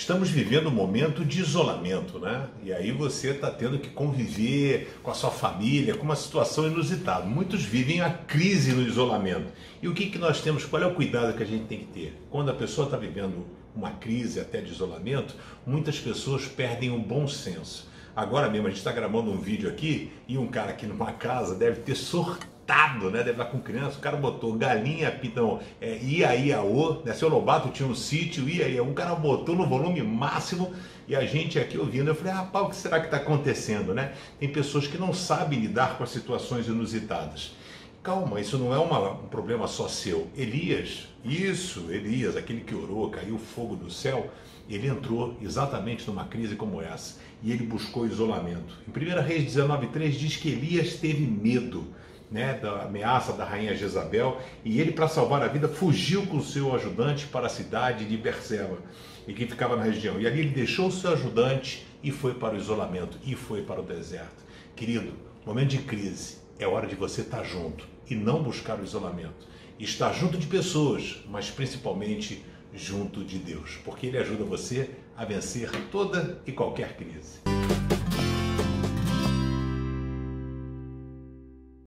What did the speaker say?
Estamos vivendo um momento de isolamento, né? E aí você está tendo que conviver com a sua família, com uma situação inusitada. Muitos vivem a crise no isolamento. E o que nós temos, qual é o cuidado que a gente tem que ter? Quando a pessoa está vivendo uma crise até de isolamento, muitas pessoas perdem o bom senso. Agora mesmo a gente está gravando um vídeo aqui e um cara aqui numa casa deve ter surtado, né? Deve estar com criança, o cara botou galinha, pitão, Ia-Ia-O, né? Seu Lobato tinha um sítio, Ia-Ia-O, um cara botou no volume máximo e a gente aqui ouvindo, eu falei, rapaz, o que será que está acontecendo, né? Tem pessoas que não sabem lidar com as situações inusitadas. Calma, isso não é um problema só seu. Elias, aquele que orou, caiu fogo do céu, ele entrou exatamente numa crise como essa e ele buscou isolamento. Em 1 Reis 19:3 diz que Elias teve medo, né, da ameaça da rainha Jezabel e ele, para salvar a vida, fugiu com o seu ajudante para a cidade de Berseba, e que ficava na região. E ali ele deixou o seu ajudante e foi para o isolamento, e foi para o deserto. Querido, momento de crise, é hora de você estar junto e não buscar o isolamento. Estar junto de pessoas, mas principalmente junto de Deus, porque Ele ajuda você a vencer toda e qualquer crise.